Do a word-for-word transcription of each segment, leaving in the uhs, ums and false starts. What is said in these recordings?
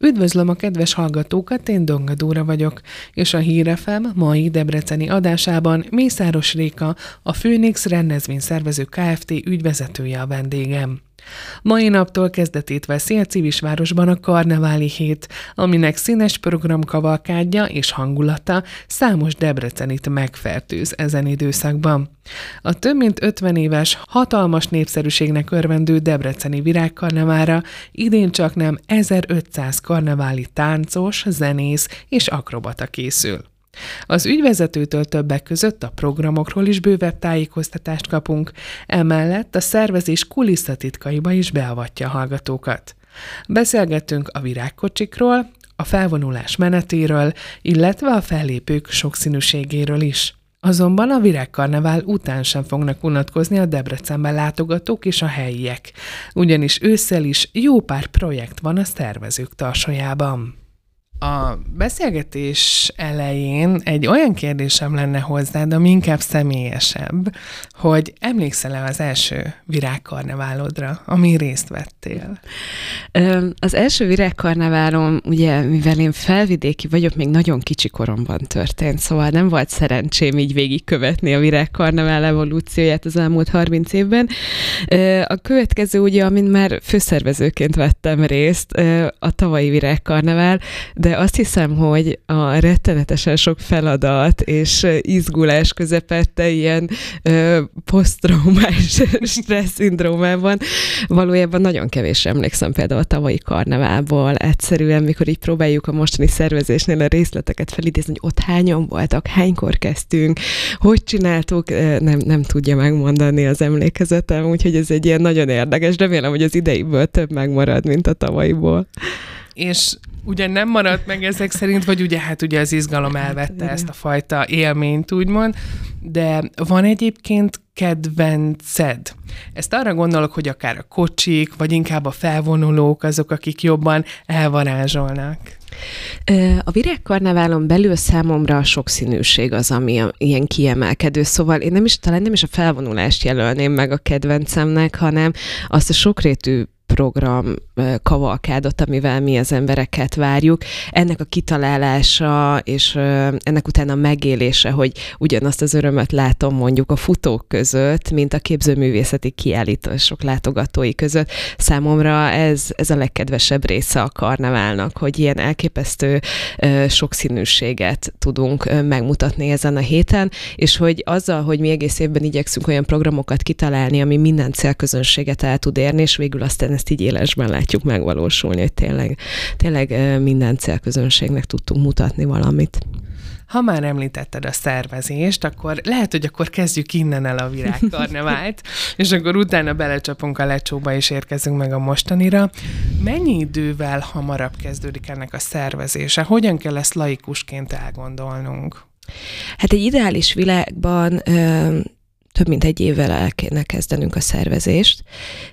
Üdvözlöm a kedves hallgatókat, én Donga Dóra vagyok, és a Hír ef em mai debreceni adásában Mészáros Réka, a Főnix rendezvényszervező Kft. Ügyvezetője a vendégem. Mai naptól kezdetét veszi a Civisvárosban a Karneváli Hét, aminek színes programkavalkádja és hangulata számos debrecenit megfertőz ezen időszakban. A több mint ötven éves, hatalmas népszerűségnek örvendő debreceni virágkarneválra idén csaknem ezerötszáz karneváli táncos, zenész és akrobata készül. Az ügyvezetőtől többek között a programokról is bővebb tájékoztatást kapunk, emellett a szervezés kulisszatitkaiba is beavatja a hallgatókat. Beszélgettünk a virágkocsikról, a felvonulás menetéről, illetve a fellépők sokszínűségéről is. Azonban a virágkarnevál után sem fognak unatkozni a Debrecenben látogatók és a helyiek, ugyanis ősszel is jó pár projekt van a szervezők tarsajában. A beszélgetés elején egy olyan kérdésem lenne hozzád, ami inkább személyesebb, hogy emlékszel-e az első virágkarneválodra, amin részt vettél? Az első virágkarneválom, ugye, mivel én felvidéki vagyok, még nagyon kicsi koromban történt, szóval nem volt szerencsém így végigkövetni a virágkarnevál evolúcióját az elmúlt harminc évben. A következő, ugye, amin már főszervezőként vettem részt, a tavalyi virágkarnevál, de azt hiszem, hogy a rettenetesen sok feladat és izgulás közepette ilyen ö, posztraumás stressz-szindrómában valójában nagyon kevés emlékszem például a tavalyi karneválból. Egyszerűen, mikor így próbáljuk a mostani szervezésnél a részleteket felidézni, hogy ott hányan voltak, hánykor kezdtünk, hogy csináltuk, nem, nem tudja megmondani az emlékezetem, úgyhogy ez egy ilyen nagyon érdekes. Remélem, hogy az ideiből több megmarad, mint a tavalyiból. És ugye nem maradt meg ezek szerint, vagy ugye hát ugye az izgalom elvette ezt a fajta élményt, úgymond, de van egyébként kedvenced? Ezt arra gondolok, hogy akár a kocsik, vagy inkább a felvonulók azok, akik jobban elvarázsolnak. A virágkarneválon belül számomra a sokszínűség az, ami a, ilyen kiemelkedő, szóval én nem is, talán nem is a felvonulást jelölném meg a kedvencemnek, hanem azt a sokrétű program kavalkádot, amivel mi az embereket várjuk. Ennek a kitalálása és ennek utána a megélése, hogy ugyanazt az örömöt látom mondjuk a futók között, mint a képzőművészeti kiállítások látogatói között. Számomra ez, ez a legkedvesebb része a karneválnak, hogy ilyen elképesztő sokszínűséget tudunk megmutatni ezen a héten, és hogy azzal, hogy mi egész évben igyekszünk olyan programokat kitalálni, ami minden célközönséget el tud érni, és végül aztán ezt így élesben látjuk megvalósulni, hogy tényleg, tényleg minden célközönségnek tudtunk mutatni valamit. Ha már említetted a szervezést, akkor lehet, hogy akkor kezdjük innen el a virágkarnevált, és akkor utána belecsapunk a lecsóba, és érkezünk meg a mostanira. Mennyi idővel hamarabb kezdődik ennek a szervezése? Hogyan kell ezt laikusként elgondolnunk? Hát egy ideális világban ö- több mint egy évvel el kéne kezdenünk a szervezést.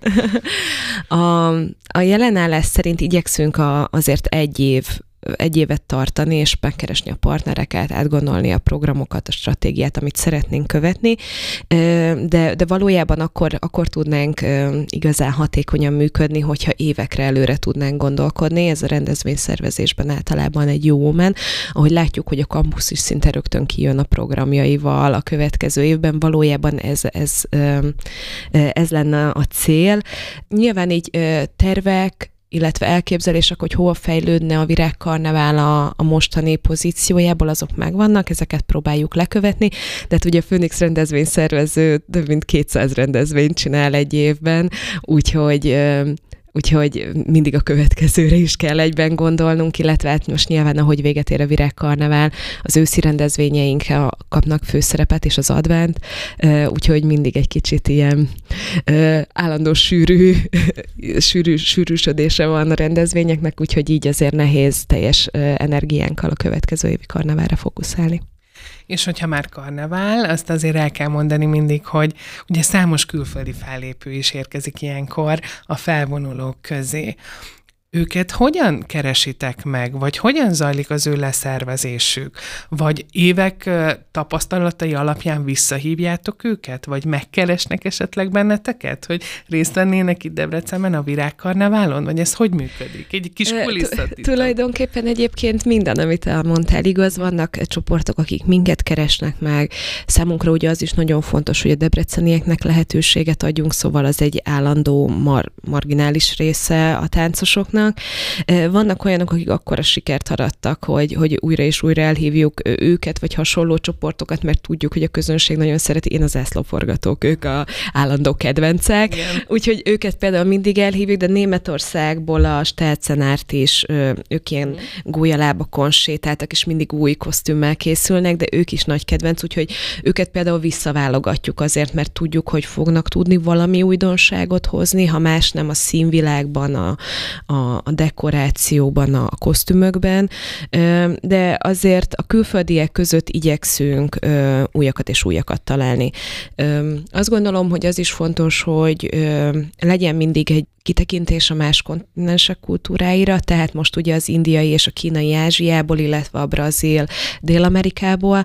a, a jelenállás szerint igyekszünk a, azért egy év egy évet tartani, és megkeresni a partnereket, átgondolni a programokat, a stratégiát, amit szeretnénk követni, de, de valójában akkor, akkor tudnánk igazán hatékonyan működni, hogyha évekre előre tudnánk gondolkodni. Ez a rendezvényszervezésben általában egy jó moment, ahogy látjuk, hogy a kampusz is szinte rögtön kijön a programjaival a következő évben, valójában ez, ez, ez lenne a cél. Nyilván így tervek, illetve elképzelések, hogy hova fejlődne a virágkarnevál a, a mostani pozíciójából, azok megvannak, ezeket próbáljuk lekövetni, de hát ugye a Főnix rendezvényszervező több mint kétszáz rendezvényt csinál egy évben, úgyhogy Úgyhogy mindig a következőre is kell egyben gondolnunk, illetve hát most nyilván, ahogy véget ér a virágkarnevál, az őszi rendezvényeink kapnak főszerepet, és az advent, úgyhogy mindig egy kicsit ilyen állandó sűrű, sűrű, sűrűsödése van a rendezvényeknek, úgyhogy így azért nehéz teljes energiánkkal a következő évi karneválra fókuszálni. És hogyha már karnevál, azt azért el kell mondani mindig, hogy ugye számos külföldi fellépő is érkezik ilyenkor a felvonulók közé. Őket hogyan keresitek meg, vagy hogyan zajlik az ő leszervezésük? Vagy évek tapasztalatai alapján visszahívjátok őket? Vagy megkeresnek esetleg benneteket, hogy részt vennének itt Debrecenben a Virágkarneválon? Vagy ez hogy működik? Egy kis kulisszatitok. Tulajdonképpen egyébként minden, amit elmondtál, igaz, vannak csoportok, akik minket keresnek meg. Számunkra ugye az is nagyon fontos, hogy a debrecenieknek lehetőséget adjunk, szóval az egy állandó mar- marginális része a táncosoknak. Vannak olyanok, akik akkora sikert arattak, hogy, hogy újra és újra elhívjuk őket, vagy hasonló csoportokat, mert tudjuk, hogy a közönség nagyon szereti. Én az zászlóforgatók, ők a állandó kedvencek. Igen. Úgyhogy őket például mindig elhívjuk, de Németországból a Stelzenárt is, ők ilyen gólyalábakon sétáltak, és mindig új kosztümmel készülnek, de ők is nagy kedvenc, úgyhogy őket például visszaválogatjuk azért, mert tudjuk, hogy fognak tudni valami újdonságot hozni, ha más nem a színvilágban, a, a a dekorációban, a kosztümökben, de azért a külföldiek között igyekszünk újakat és újakat találni. Azt gondolom, hogy az is fontos, hogy legyen mindig egy kitekintés a más kontinensek kultúráira, tehát most ugye az indiai és a kínai Ázsiából, illetve a brazil Dél-Amerikából,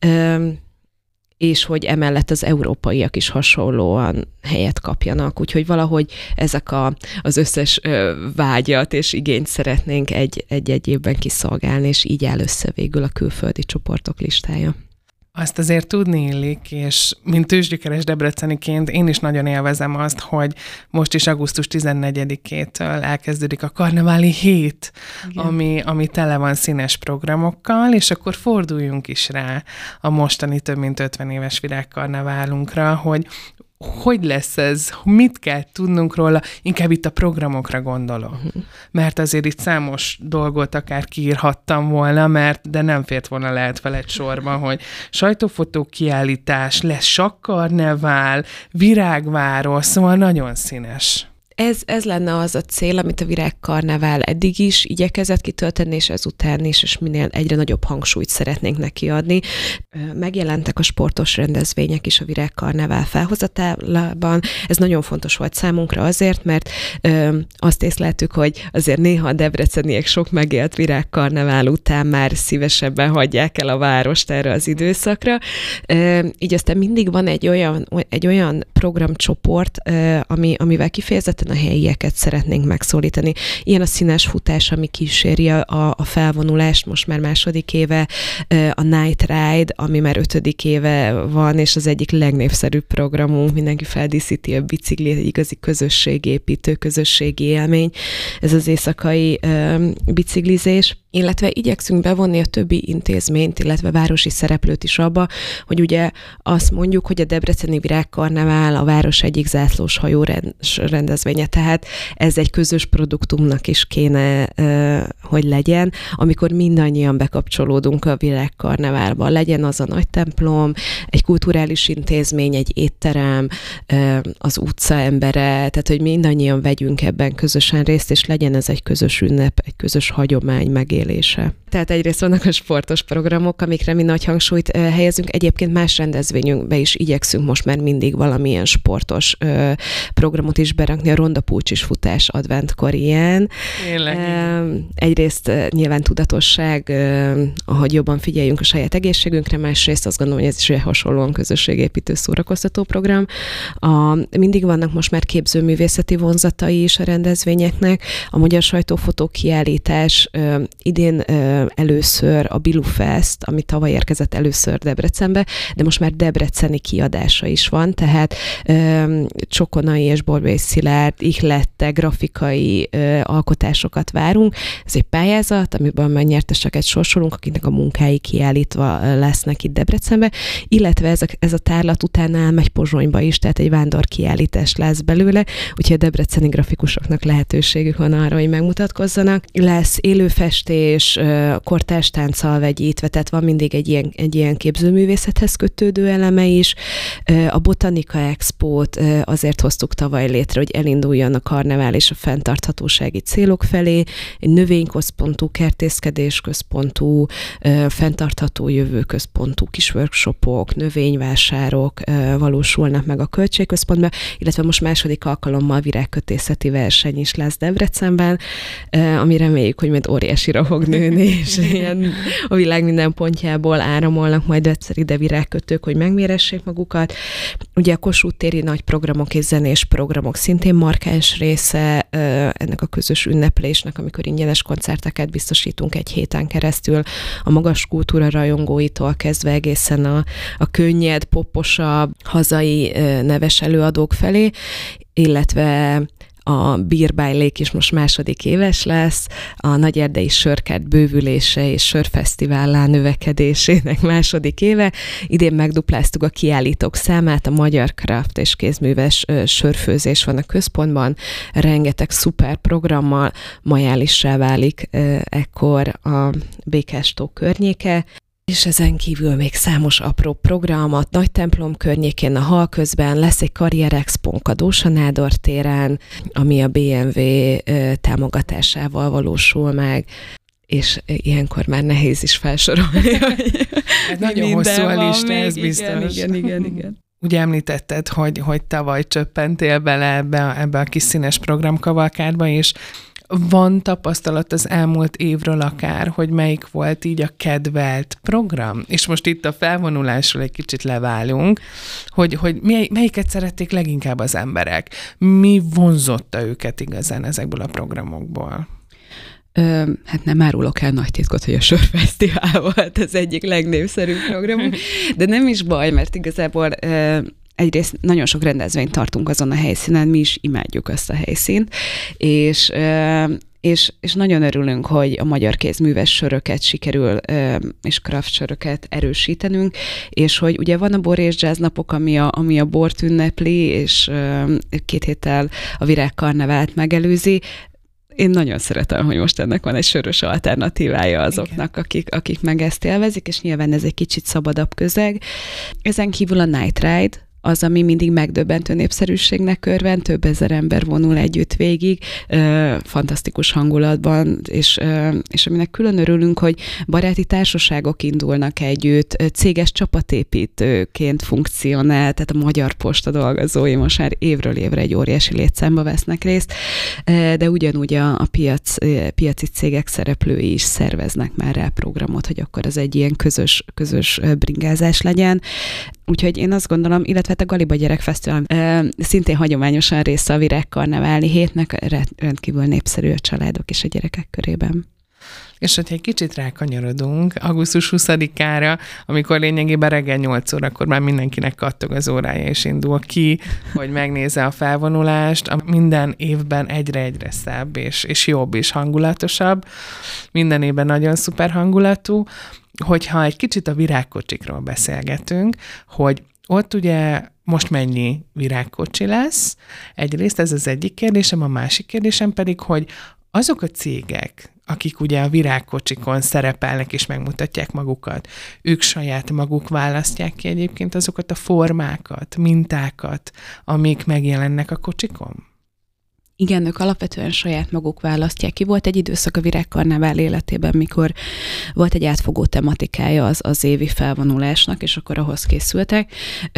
és hogy emellett az európaiak is hasonlóan helyet kapjanak. Úgyhogy valahogy ezek a, az összes ö, vágyat és igényt szeretnénk egy-egy évben kiszolgálni, és így áll össze végül a külföldi csoportok listája. Azt azért tudni illik, és mint tőzsgyökeres debreceniként én is nagyon élvezem azt, hogy most is augusztus tizennegyedikétől elkezdődik a karneváli hét, ami, ami tele van színes programokkal, és akkor forduljunk is rá a mostani több mint ötven éves virágkarneválunkra, hogy hogy lesz ez, mit kell tudnunk róla, inkább itt a programokra gondolok. Uh-huh. Mert azért itt számos dolgot akár kiírhattam volna, mert de nem fért volna lehet fel egy sorban, hogy sajtófotó kiállítás, lesz sakkarnevál, virágváros, szóval nagyon színes. Ez, ez lenne az a cél, amit a Virágkarnevál eddig is igyekezett kitölteni, és ezután is, és minél egyre nagyobb hangsúlyt szeretnénk neki adni. Megjelentek a sportos rendezvények is a Virágkarnevál felhozatában. Ez nagyon fontos volt számunkra azért, mert ö, azt észleltük, hogy azért néha a debreceniek sok megélt Virágkarnevál után már szívesebben hagyják el a várost erre az időszakra. Ö, így aztán mindig van egy olyan, egy olyan programcsoport, ö, ami, amivel kifejezetten a helyieket szeretnénk megszólítani. Ilyen a színes futás, ami kíséri a, a felvonulást, most már második éve, a Night Ride, ami már ötödik éve van, és az egyik legnépszerűbb programunk, mindenki feldíszíti a biciklit, egy igazi közösségépítő, közösségi élmény, ez az éjszakai um, biciklizés, illetve igyekszünk bevonni a többi intézményt, illetve városi szereplőt is abba, hogy ugye azt mondjuk, hogy a Debreceni Virágkarnevál a város egyik zászlós hajó rendezvénye, tehát ez egy közös produktumnak is kéne, hogy legyen, amikor mindannyian bekapcsolódunk a Virágkarneválba. Legyen az a nagy templom, egy kulturális intézmény, egy étterem, az utca embere, tehát hogy mindannyian vegyünk ebben közösen részt, és legyen ez egy közös ünnep, egy közös hagyomány megélése. Tehát egyrészt vannak a sportos programok, amikre mi nagy hangsúlyt uh, helyezünk. Egyébként más rendezvényünkbe is igyekszünk most már mindig valamilyen sportos uh, programot is berakni. A Ronda Pulcsis futás adventkor ilyen. Tényleg. Uh, egyrészt uh, nyilván tudatosság, uh, ahogy jobban figyeljünk a saját egészségünkre, másrészt azt gondolom, hogy ez is olyan hasonlóan közösségépítő szórakoztató program. A, mindig vannak most már képzőművészeti vonzatai is a rendezvényeknek. A Magyar Sajtófotó kiállítás uh, idén uh, először a Bilu Fest, ami tavaly érkezett először Debrecenbe, de most már debreceni kiadása is van, tehát ö, Csokonai és Borbély Szilárd ihlette grafikai ö, alkotásokat várunk. Ez egy pályázat, amiben már nyerteseket sorsolunk, akiknek a munkái kiállítva lesznek itt Debrecenbe, illetve ez a, ez a tárlat utána elmegy Pozsonyba is, tehát egy vándor kiállítás lesz belőle, úgyhogy a debreceni grafikusoknak lehetőségük van arra, hogy megmutatkozzanak. Lesz élőfestés, ö, kortárs tánccal vegyítve, tehát van mindig egy ilyen, egy ilyen képzőművészethez kötődő eleme is. A Botanika Expót azért hoztuk tavaly létre, hogy elinduljon a karnevál és a fenntarthatósági célok felé. Egy növényközpontú, kertészkedésközpontú, fenntartható jövőközpontú kis workshopok, növényvásárok valósulnak meg a költségközpontban, illetve most második alkalommal virágkötészeti verseny is lesz Debrecenben, ami reméljük, hogy majd óriásira fog nőni, és ilyen a világ minden pontjából áramolnak majd egyszer ide virágkötők, hogy megméressék magukat. Ugye a Kossuth téri nagy programok és zenés programok szintén markáns része ennek a közös ünneplésnek, amikor ingyenes koncerteket biztosítunk egy héten keresztül, a magas kultúra rajongóitól kezdve egészen a, a könnyed, poposabb, hazai neves előadók felé, illetve a bírbájlék is most második éves lesz, a Nagyerdei Sörkert bővülése és sörfesztivállá növekedésének második éve. Idén megdupláztuk a kiállítók számát, a magyar craft és kézműves sörfőzés van a központban, rengeteg szuper programmal, majálissá válik ekkor a Békás-tó környéke, és ezen kívül még számos apró program, a Nagy templom környékén, a hal közben lesz egy karrierexpónk a Dósa Nádor téren, ami a bé em vé támogatásával valósul meg, és ilyenkor már nehéz is felsorolni. Hát nagyon hosszú a lista, ez biztos. Igen, igen, igen. Ugye említetted, hogy, hogy tavaly csöppentél bele ebbe, ebbe a kis színes programkavalkádba, és van tapasztalat az elmúlt évről akár, hogy melyik volt így a kedvelt program? És most itt a felvonulásról egy kicsit leválunk, hogy, hogy mely, melyiket szerették leginkább az emberek? Mi vonzotta őket igazán ezekből a programokból? Ö, hát nem árulok el nagy titkot, hogy a Sörfesztivál volt az egyik legnépszerűbb programunk, de nem is baj, mert igazából ö, egyrészt nagyon sok rendezvényt tartunk azon a helyszínen, mi is imádjuk azt a helyszínt, és, és, és nagyon örülünk, hogy a magyar kézműves söröket sikerül, és craft söröket erősítenünk, és hogy ugye van a bor és jazz napok, ami a, ami a bort ünnepli, és két héttel a virágkarnevált megelőzi. Én nagyon szeretem, hogy most ennek van egy sörös alternatívája azoknak, akik, akik meg ezt élvezik, és nyilván ez egy kicsit szabadabb közeg. Ezen kívül a Night Ride, az, ami mindig megdöbbentő népszerűségnek örvend, több ezer ember vonul együtt végig, fantasztikus hangulatban, és, és aminek külön örülünk, hogy baráti társaságok indulnak együtt, céges csapatépítőként funkcionál, tehát a Magyar Posta dolgozói most már évről évre egy óriási létszámba vesznek részt, de ugyanúgy a, a piac, piaci cégek szereplői is szerveznek már rá programot, hogy akkor az egy ilyen közös, közös bringázás legyen. Úgyhogy én azt gondolom, illetve a Galiba Gyerekfesztivál szintén hagyományosan része a virágkarneváli hétnek, rendkívül népszerű a családok és a gyerekek körében. És hogyha egy kicsit rákanyarodunk augusztus huszadikára, amikor lényegében reggel nyolc órakor már mindenkinek kattog az órája, és indul ki, hogy megnézze a felvonulást. Minden évben egyre-egyre szebb, és, és jobb, és hangulatosabb. Minden évben nagyon szuper hangulatú. Hogyha egy kicsit a virágkocsikról beszélgetünk, hogy ott ugye most mennyi virágkocsi lesz? Egyrészt ez az egyik kérdésem, a másik kérdésem pedig, hogy azok a cégek, akik ugye a virágkocsikon szerepelnek és megmutatják magukat, ők saját maguk választják ki egyébként azokat a formákat, mintákat, amik megjelennek a kocsikon? Igen, ők alapvetően saját maguk választják ki. Volt egy időszak a virágkarnevál életében, mikor volt egy átfogó tematikája az, az évi felvonulásnak, és akkor ahhoz készültek.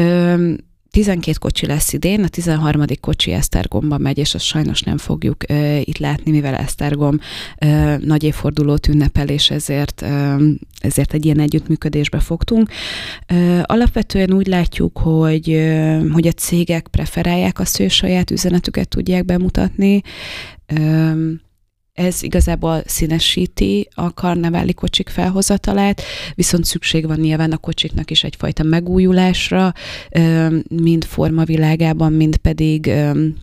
Ö, tizenkét kocsi lesz idén, a tizenharmadik kocsi Esztergomba megy, és azt sajnos nem fogjuk uh, itt látni, mivel Esztergom uh, nagy évfordulót ünnepel, és ezért, uh, ezért egy ilyen együttműködésbe fogtunk. Uh, alapvetően úgy látjuk, hogy, uh, hogy a cégek preferálják azt, hogy a saját üzenetüket tudják bemutatni. Uh, Ez igazából színesíti a karneváli kocsik felhozatalát, viszont szükség van nyilván a kocsiknak is egyfajta megújulásra, mind formavilágában, mind pedig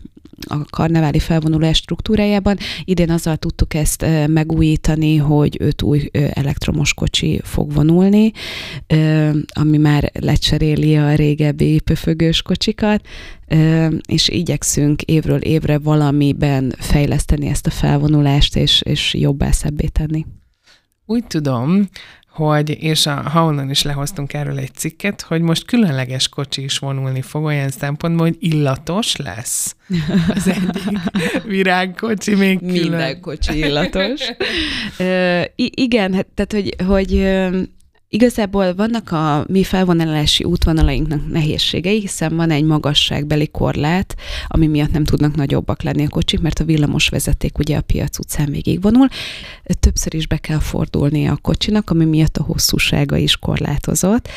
a karneváli felvonulás struktúrájában. Idén azzal tudtuk ezt megújítani, hogy öt új elektromos kocsi fog vonulni, ami már lecseréli a régebbi pöfögős kocsikat, és igyekszünk évről évre valamiben fejleszteni ezt a felvonulást, és, és jobbá, szebbé tenni. Úgy tudom, hogy, és a Haonon is lehoztunk erről egy cikket, hogy most különleges kocsi is vonulni fog olyan szempontból, hogy illatos lesz. Az egyik virágkocsi még külön. Minden kocsi illatos. Ö, igen, hát, tehát, hogy, hogy igazából vannak a mi felvonulási útvonalainknak nehézségei, hiszen van egy magasságbeli korlát, ami miatt nem tudnak nagyobbak lenni a kocsik, mert a villamos vezeték ugye a Piac utcán végigvonul. Többször is be kell fordulnia a kocsinak, ami miatt a hosszúsága is korlátozott,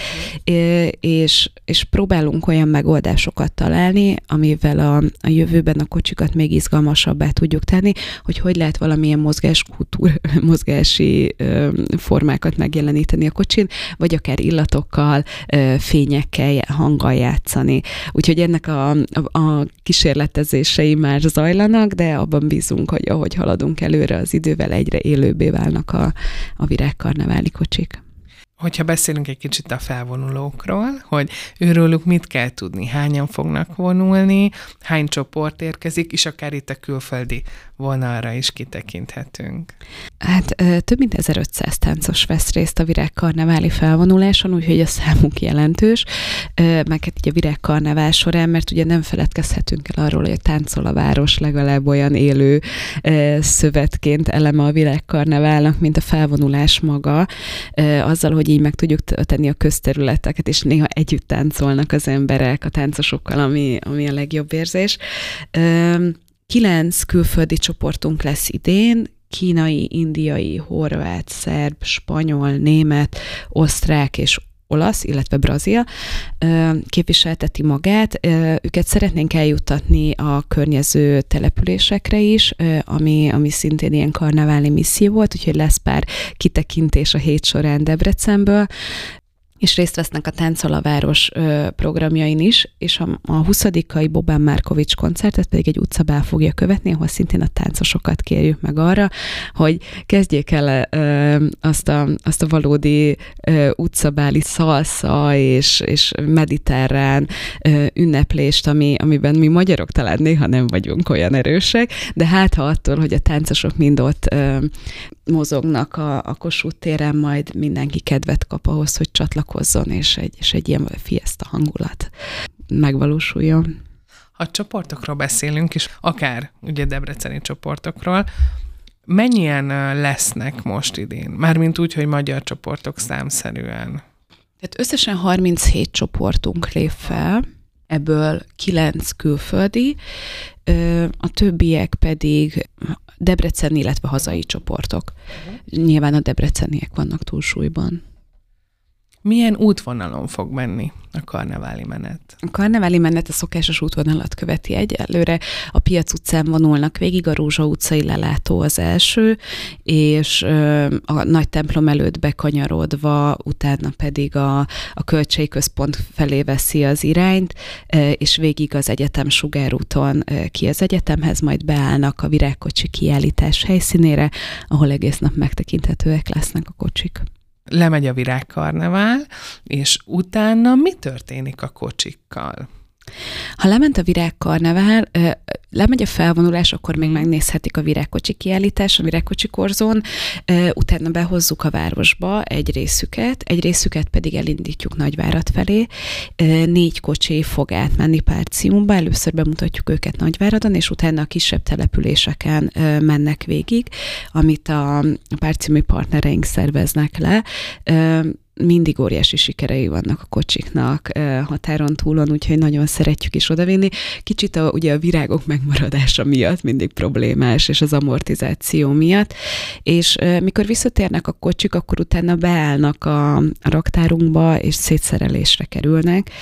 és, és próbálunk olyan megoldásokat találni, amivel a, a jövőben a kocsikat még izgalmasabbá tudjuk tenni, hogy hogy lehet valamilyen mozgáskultúr, mozgási formákat megjeleníteni a kocsin, vagy akár illatokkal, fényekkel, hanggal játszani. Úgyhogy ennek a, a, a kísérletezései már zajlanak, de abban bízunk, hogy ahogy haladunk előre az idővel, egyre élőbbé válnak a, a virágkarneváli kocsik. Hogyha beszélünk egy kicsit a felvonulókról, hogy őrőlük mit kell tudni, hányan fognak vonulni, hány csoport érkezik, és akár itt a külföldi vonalra is kitekinthetünk. Hát több mint ezerötszáz táncos vesz részt a virágkarneváli felvonuláson, úgyhogy a számunk jelentős, meg hát így a virágkarnevál során, mert ugye nem feledkezhetünk el arról, hogy a Táncol a város legalább olyan élő szövetként eleme a virágkarneválnak, mint a felvonulás maga, azzal, hogy így meg tudjuk tenni a közterületeket, és néha együtt táncolnak az emberek a táncosokkal, ami, ami a legjobb érzés. Kilenc külföldi csoportunk lesz idén, kínai, indiai, horvát, szerb, spanyol, német, osztrák és olasz, illetve brazil képviselteti magát. Őket szeretnénk eljuttatni a környező településekre is, ami, ami szintén ilyen karneváli misszió volt, úgyhogy lesz pár kitekintés a hét során Debrecenből, és részt vesznek a Táncol a város programjain is, és a, a huszadikai Bobán Márkovics koncertet pedig egy utcabál fogja követni, ahol szintén a táncosokat kérjük meg arra, hogy kezdjék el ö, azt, a, azt a valódi ö, utcabáli szalsza és, és mediterrán ö, ünneplést, ami, amiben mi magyarok talán néha nem vagyunk olyan erősek, de hát ha attól, hogy a táncosok mind ott ö, mozognak a, a Kossuth téren, majd mindenki kedvet kap ahhoz, hogy csatlakozzon, és egy, és egy ilyen fiesta hangulat megvalósuljon. Ha csoportokról beszélünk, és akár ugye debreceni csoportokról, mennyien lesznek most idén? Mármint úgy, hogy magyar csoportok számszerűen. Tehát összesen harminchét csoportunk lép fel, ebből kilenc külföldi, a többiek pedig debreceni, illetve hazai csoportok. Uh-huh. Nyilván a debreceniek vannak túlsúlyban. Milyen útvonalon fog menni a karneváli menet? A karneváli menet a szokásos útvonalat követi egyelőre. A Piac utcán vonulnak végig, a Rózsa utcai lelátó az első, és a nagy templom előtt bekanyarodva, utána pedig a, a költségközpont felé veszi az irányt, és végig az egyetem sugárúton ki az egyetemhez, majd beállnak a virágkocsi kiállítás helyszínére, ahol egész nap megtekinthetőek lesznek a kocsik. Lemegy a virágkarnevál, és utána mi történik a kocsikkal? Ha lement a virágkarnevál, lemegy a felvonulás, akkor még megnézhetik a virágkocsi kiállítás, a virágkocsi korzón, utána behozzuk a városba egy részüket, egy részüket pedig elindítjuk Nagyvárad felé. Négy kocsi fog átmenni Párciumba, először bemutatjuk őket Nagyváradon, és utána a kisebb településeken mennek végig, amit a párciumi partnereink szerveznek le. Mindig óriási sikerei vannak a kocsiknak határon túlon, úgyhogy nagyon szeretjük is odavinni. Kicsit a, ugye a virágok megmaradása miatt mindig problémás, és az amortizáció miatt, és mikor visszatérnek a kocsik, akkor utána beállnak a, a raktárunkba, és szétszerelésre kerülnek.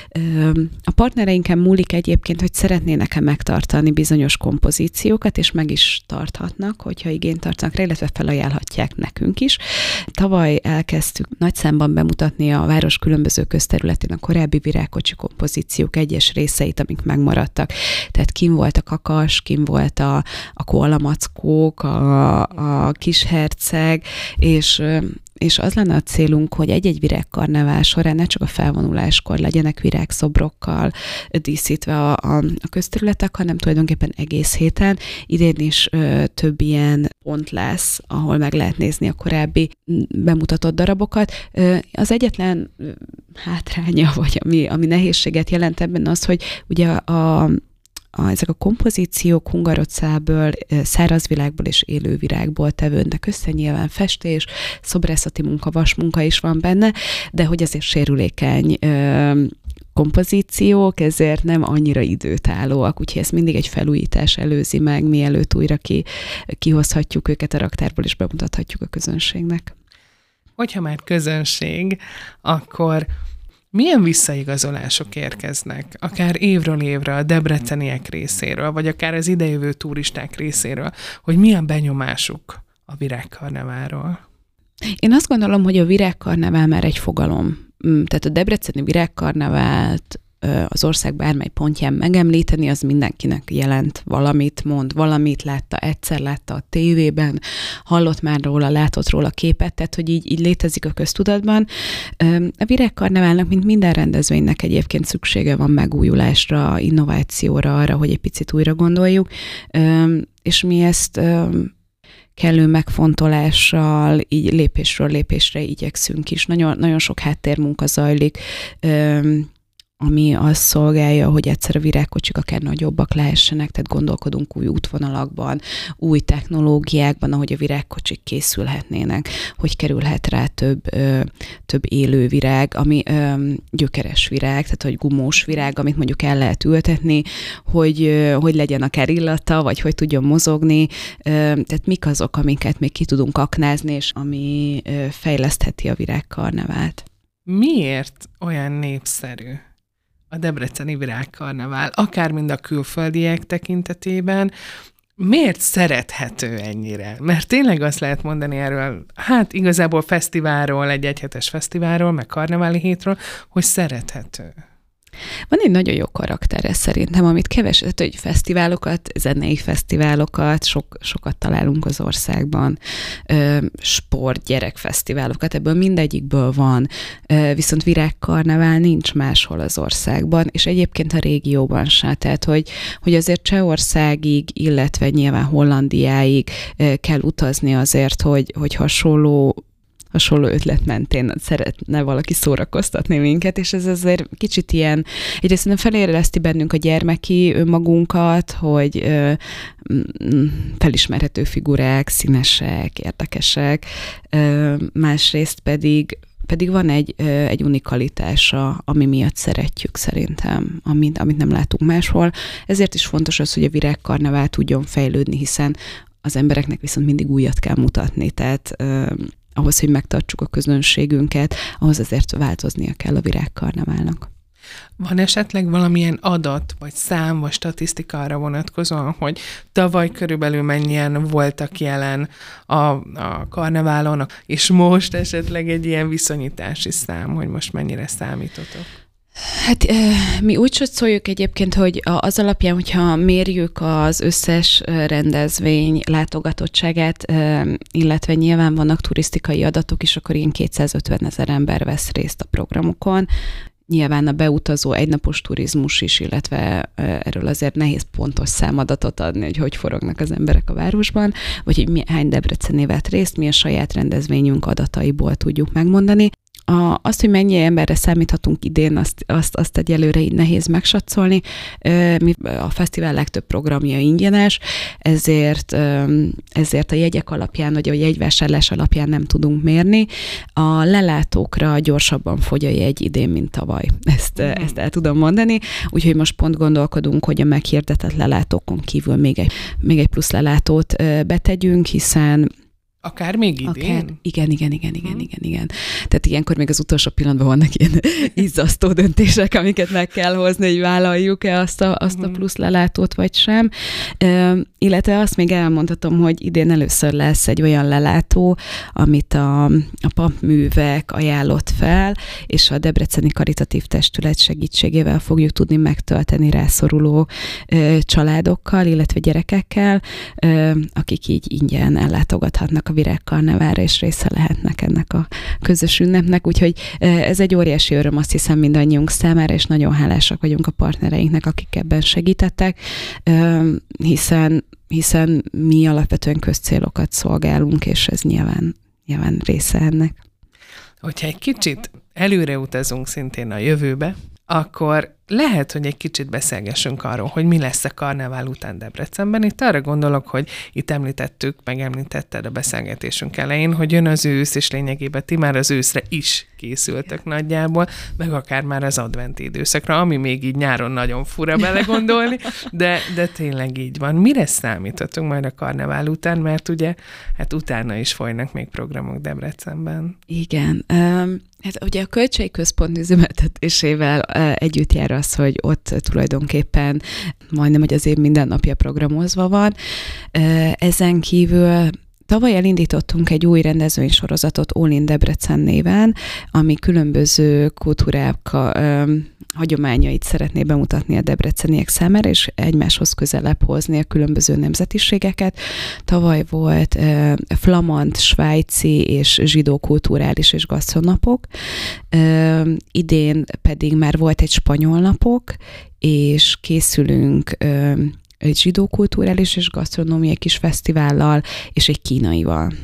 A partnereinken múlik egyébként, hogy szeretnének-e megtartani bizonyos kompozíciókat, és meg is tarthatnak, hogyha igényt tartanak rá, illetve felajánlhatják nekünk is. Tavaly elkezdtük nagy számban bemutatni a város különböző közterületén a korábbi virágkocsi kompozíciók egyes részeit, amik megmaradtak. Tehát kim volt a kakas, kim volt a, a koalamackók, a, a kisherceg, és és az lenne a célunk, hogy egy-egy virágkarnevál során ne csak a felvonuláskor legyenek virágszobrokkal díszítve a, a, a közterületek, hanem tulajdonképpen egész héten. Idén is ö, több ilyen pont lesz, ahol meg lehet nézni a korábbi bemutatott darabokat. Az egyetlen hátránya, vagy ami, ami nehézséget jelent ebben az, hogy ugye a, a, ezek a kompozíciók hungarocából, szárazvilágból és élővirágból tevődnek össze, nyilván festés, szobrászati munka, vasmunka is van benne, de hogy azért sérülékeny kompozíciók, ezért nem annyira időtállóak, úgyhogy ez mindig egy felújítás előzi meg, mielőtt újra ki, kihozhatjuk őket a raktárból, és bemutathatjuk a közönségnek. Hogyha már közönség, akkor milyen visszaigazolások érkeznek, akár évről évre a debreceniek részéről, vagy akár az idejövő turisták részéről, hogy milyen benyomásuk a virágkarneválról? Én azt gondolom, hogy a virágkarnevál már egy fogalom. Tehát a debreceni virágkarnevált az ország bármely pontján megemlíteni, az mindenkinek jelent valamit, mond valamit, látta egyszer, látta a tévében, hallott már róla, látott róla képet, tehát hogy így, így létezik a köztudatban. A virágkarneválnak, mint minden rendezvénynek egyébként szüksége van megújulásra, innovációra, arra, hogy egy picit újra gondoljuk, és mi ezt kellő megfontolással, így lépésről lépésre igyekszünk is. Nagyon, nagyon sok háttérmunka zajlik, ami azt szolgálja, hogy egyszer a virágkocsik akár nagyobbak lehessenek, tehát gondolkodunk új útvonalakban, új technológiákban, ahogy a virágkocsik készülhetnének, hogy kerülhet rá több, ö, több élő virág, ami ö, gyökeres virág, tehát hogy gumós virág, amit mondjuk el lehet ültetni, hogy, ö, hogy legyen akár illata, vagy hogy tudjon mozogni, ö, tehát mik azok, amiket még ki tudunk aknázni, és ami ö, fejlesztheti a virágkarnevált. Miért olyan népszerű a debreceni virágkarnevál, akár mind a külföldiek tekintetében, miért szerethető ennyire? Mert tényleg azt lehet mondani erről, hát igazából fesztiválról, egy egyhetes fesztiválról, meg karneváli hétről, hogy szerethető. Van egy nagyon jó karaktere szerintem, amit keveset, hogy fesztiválokat, zenei fesztiválokat, sok, sokat találunk az országban, sport, gyerekfesztiválokat, ebből mindegyikből van, viszont virágkarnevál nincs máshol az országban, és egyébként a régióban se, tehát hogy, hogy azért Csehországig, illetve nyilván Hollandiáig kell utazni azért, hogy, hogy hasonló hasonló ötlet mentén szeretne valaki szórakoztatni minket, és ez azért kicsit ilyen, egyrészt nem felérezti bennünk a gyermeki önmagunkat, hogy ö, felismerhető figurák, színesek, érdekesek, ö, másrészt pedig pedig van egy, egy unikalitása, ami miatt szeretjük szerintem, amit, amit nem látunk máshol. Ezért is fontos az, hogy a virágkarnevál tudjon fejlődni, hiszen az embereknek viszont mindig újat kell mutatni, tehát ö, ahhoz, hogy megtartsuk a közönségünket, ahhoz azért változnia kell a virágkarneválnak. Van esetleg valamilyen adat, vagy szám, vagy statisztika arra vonatkozóan, hogy tavaly körülbelül mennyien voltak jelen a, a karneválon, és most esetleg egy ilyen viszonyítási szám, hogy most mennyire számítotok? Hát mi úgy szóljuk egyébként, hogy az alapján, hogyha mérjük az összes rendezvény látogatottságát, illetve nyilván vannak turisztikai adatok is, akkor ilyen kétszázötven ezer ember vesz részt a programokon. Nyilván a beutazó egynapos turizmus is, illetve erről azért nehéz pontos számadatot adni, hogy hogy forognak az emberek a városban, vagy hogy mi, hány debreceni vett részt, mi a saját rendezvényünk adataiból tudjuk megmondani. A, azt, hogy mennyi emberre számíthatunk idén, azt, azt, azt egyelőre így nehéz megsatszolni. Mi a fesztivál legtöbb programja ingyenes, ezért, ezért a jegyek alapján, vagy a jegyvásárlás alapján nem tudunk mérni. A lelátókra gyorsabban fogy a jegy idén, mint tavaly. Ezt, mm. ezt el tudom mondani. Úgyhogy most pont gondolkodunk, hogy a meghirdetett lelátókon kívül még egy, még egy plusz lelátót betegyünk, hiszen Akár még idén? Akár, igen, igen, igen, igen, igen, igen. Tehát ilyenkor még az utolsó pillanatban vannak ilyen izzasztó döntések, amiket meg kell hozni, hogy vállaljuk-e azt a, azt a plusz lelátót, vagy sem. Uh, illetve azt még elmondhatom, hogy idén először lesz egy olyan lelátó, amit a, a papművek ajánlott fel, és a Debreceni Karitatív Testület segítségével fogjuk tudni megtölteni rászoruló uh, családokkal, illetve gyerekekkel, uh, akik így ingyen ellátogathatnak a a virágkarneválra, és része lehetnek ennek a közös ünnepnek, úgyhogy ez egy óriási öröm, azt hiszem, mindannyiunk számára, és nagyon hálásak vagyunk a partnereinknek, akik ebben segítettek, hiszen, hiszen mi alapvetően közcélokat szolgálunk, és ez nyilván, nyilván része ennek. Hogyha egy kicsit előre utazunk szintén a jövőbe, akkor lehet, hogy egy kicsit beszélgessünk arról, hogy mi lesz a karnevál után Debrecenben. Itt arra gondolok, hogy itt említettük, megemlítetted a beszélgetésünk elején, hogy jön az ősz, és lényegében ti már az őszre is készültök nagyjából, meg akár már az adventi időszakra, ami még így nyáron nagyon fura belegondolni, de, de tényleg így van. Mire számíthatunk majd a karnevál után, mert ugye hát utána is folynak még programok Debrecenben. Igen. Um... Hát ugye a Kölcsei Központ üzemeltetésével együtt jár az, hogy ott tulajdonképpen majdnem, hogy az év minden napja programozva van. Ezen kívül tavaly elindítottunk egy új rendezvénysorozatot All in Debrecen néven, ami különböző kultúrák hagyományait szeretné bemutatni a debreceniek számára, és egymáshoz közelebb hozni a különböző nemzetiségeket. Tavaly volt uh, flamand, svájci és zsidó kulturális és gasztronapok. Uh, idén pedig már volt egy spanyol napok, és készülünk uh, egy zsidó kulturális és gasztronómiai kis fesztivállal, és egy kínaival.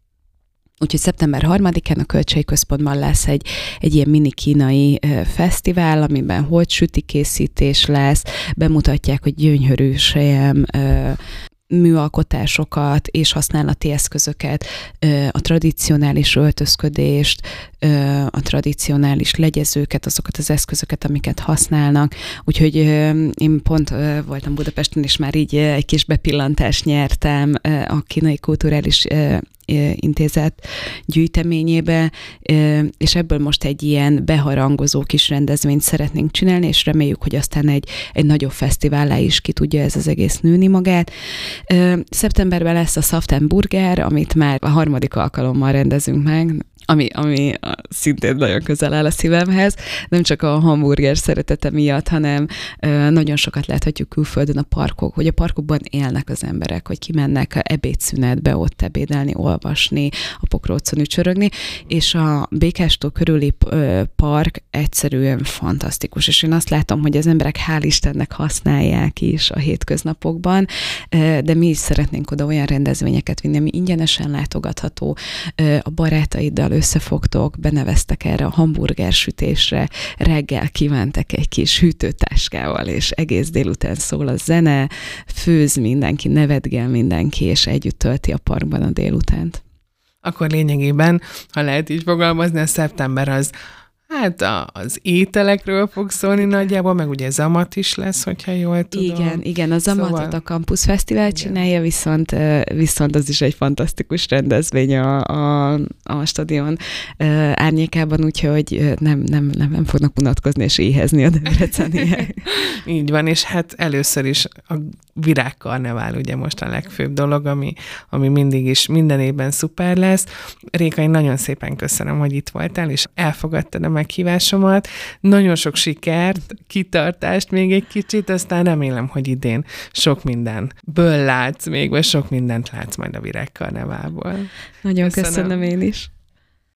Úgyhogy szeptember harmadikán a Kölcsei Központban lesz egy, egy ilyen mini kínai uh, fesztivál, amiben holt süti készítés lesz, bemutatják, hogy gyönyörű sejem, uh, műalkotásokat és használati eszközöket, uh, a tradicionális öltözködést, uh, a tradicionális legyezőket, azokat az eszközöket, amiket használnak. Úgyhogy uh, én pont uh, voltam Budapesten, és már így uh, egy kis bepillantást nyertem uh, a kínai kulturális uh, intézet gyűjteményébe, és ebből most egy ilyen beharangozó kis rendezvényt szeretnénk csinálni, és reméljük, hogy aztán egy, egy nagyobb fesztivállá is ki tudja ez az egész nőni magát. Szeptemberben lesz a Saft and Burger, amit már a harmadik alkalommal rendezünk meg, ami, ami szintén nagyon közel áll a szívemhez, nem csak a hamburger szeretete miatt, hanem nagyon sokat láthatjuk külföldön a parkok, hogy a parkokban élnek az emberek, hogy kimennek ebédszünetbe ott ebédelni, olvasni, a pokrócon ücsörögni, és a Békástó körüli park egyszerűen fantasztikus, és én azt látom, hogy az emberek hál' Istennek használják is a hétköznapokban, de mi is szeretnénk oda olyan rendezvényeket vinni, ami ingyenesen látogatható, a barátaiddal összefogtok, beneveztek erre a hamburger sütésre, reggel kimentek egy kis hűtőtáskával, és egész délután szól a zene, főz mindenki, nevetgél mindenki, és együtt tölti a parkban a délutánt. Akkor lényegében, ha lehet így fogalmazni, a szeptember az hát az ételekről fog szólni nagyjából, meg ugye Zamat is lesz, hogyha jól tudom. Igen, igen, a Zamatot szóval... a Campus Fesztivál igen. csinálja, viszont, viszont az is egy fantasztikus rendezvény a, a, a stadion árnyékában, úgyhogy nem, nem, nem, nem fognak unatkozni és éhezni a debreceniek. Így van, és hát először is a virágkarnevál ugye most a legfőbb dolog, ami, ami mindig is minden évben szuper lesz. Réka, én nagyon szépen köszönöm, hogy itt voltál, és elfogadtad a meghívásomat. Nagyon sok sikert, kitartást még egy kicsit, aztán remélem, hogy idén sok mindenből látsz még, vagy sok mindent látsz majd a virágkarneválból. Nagyon köszönöm, köszönöm én is.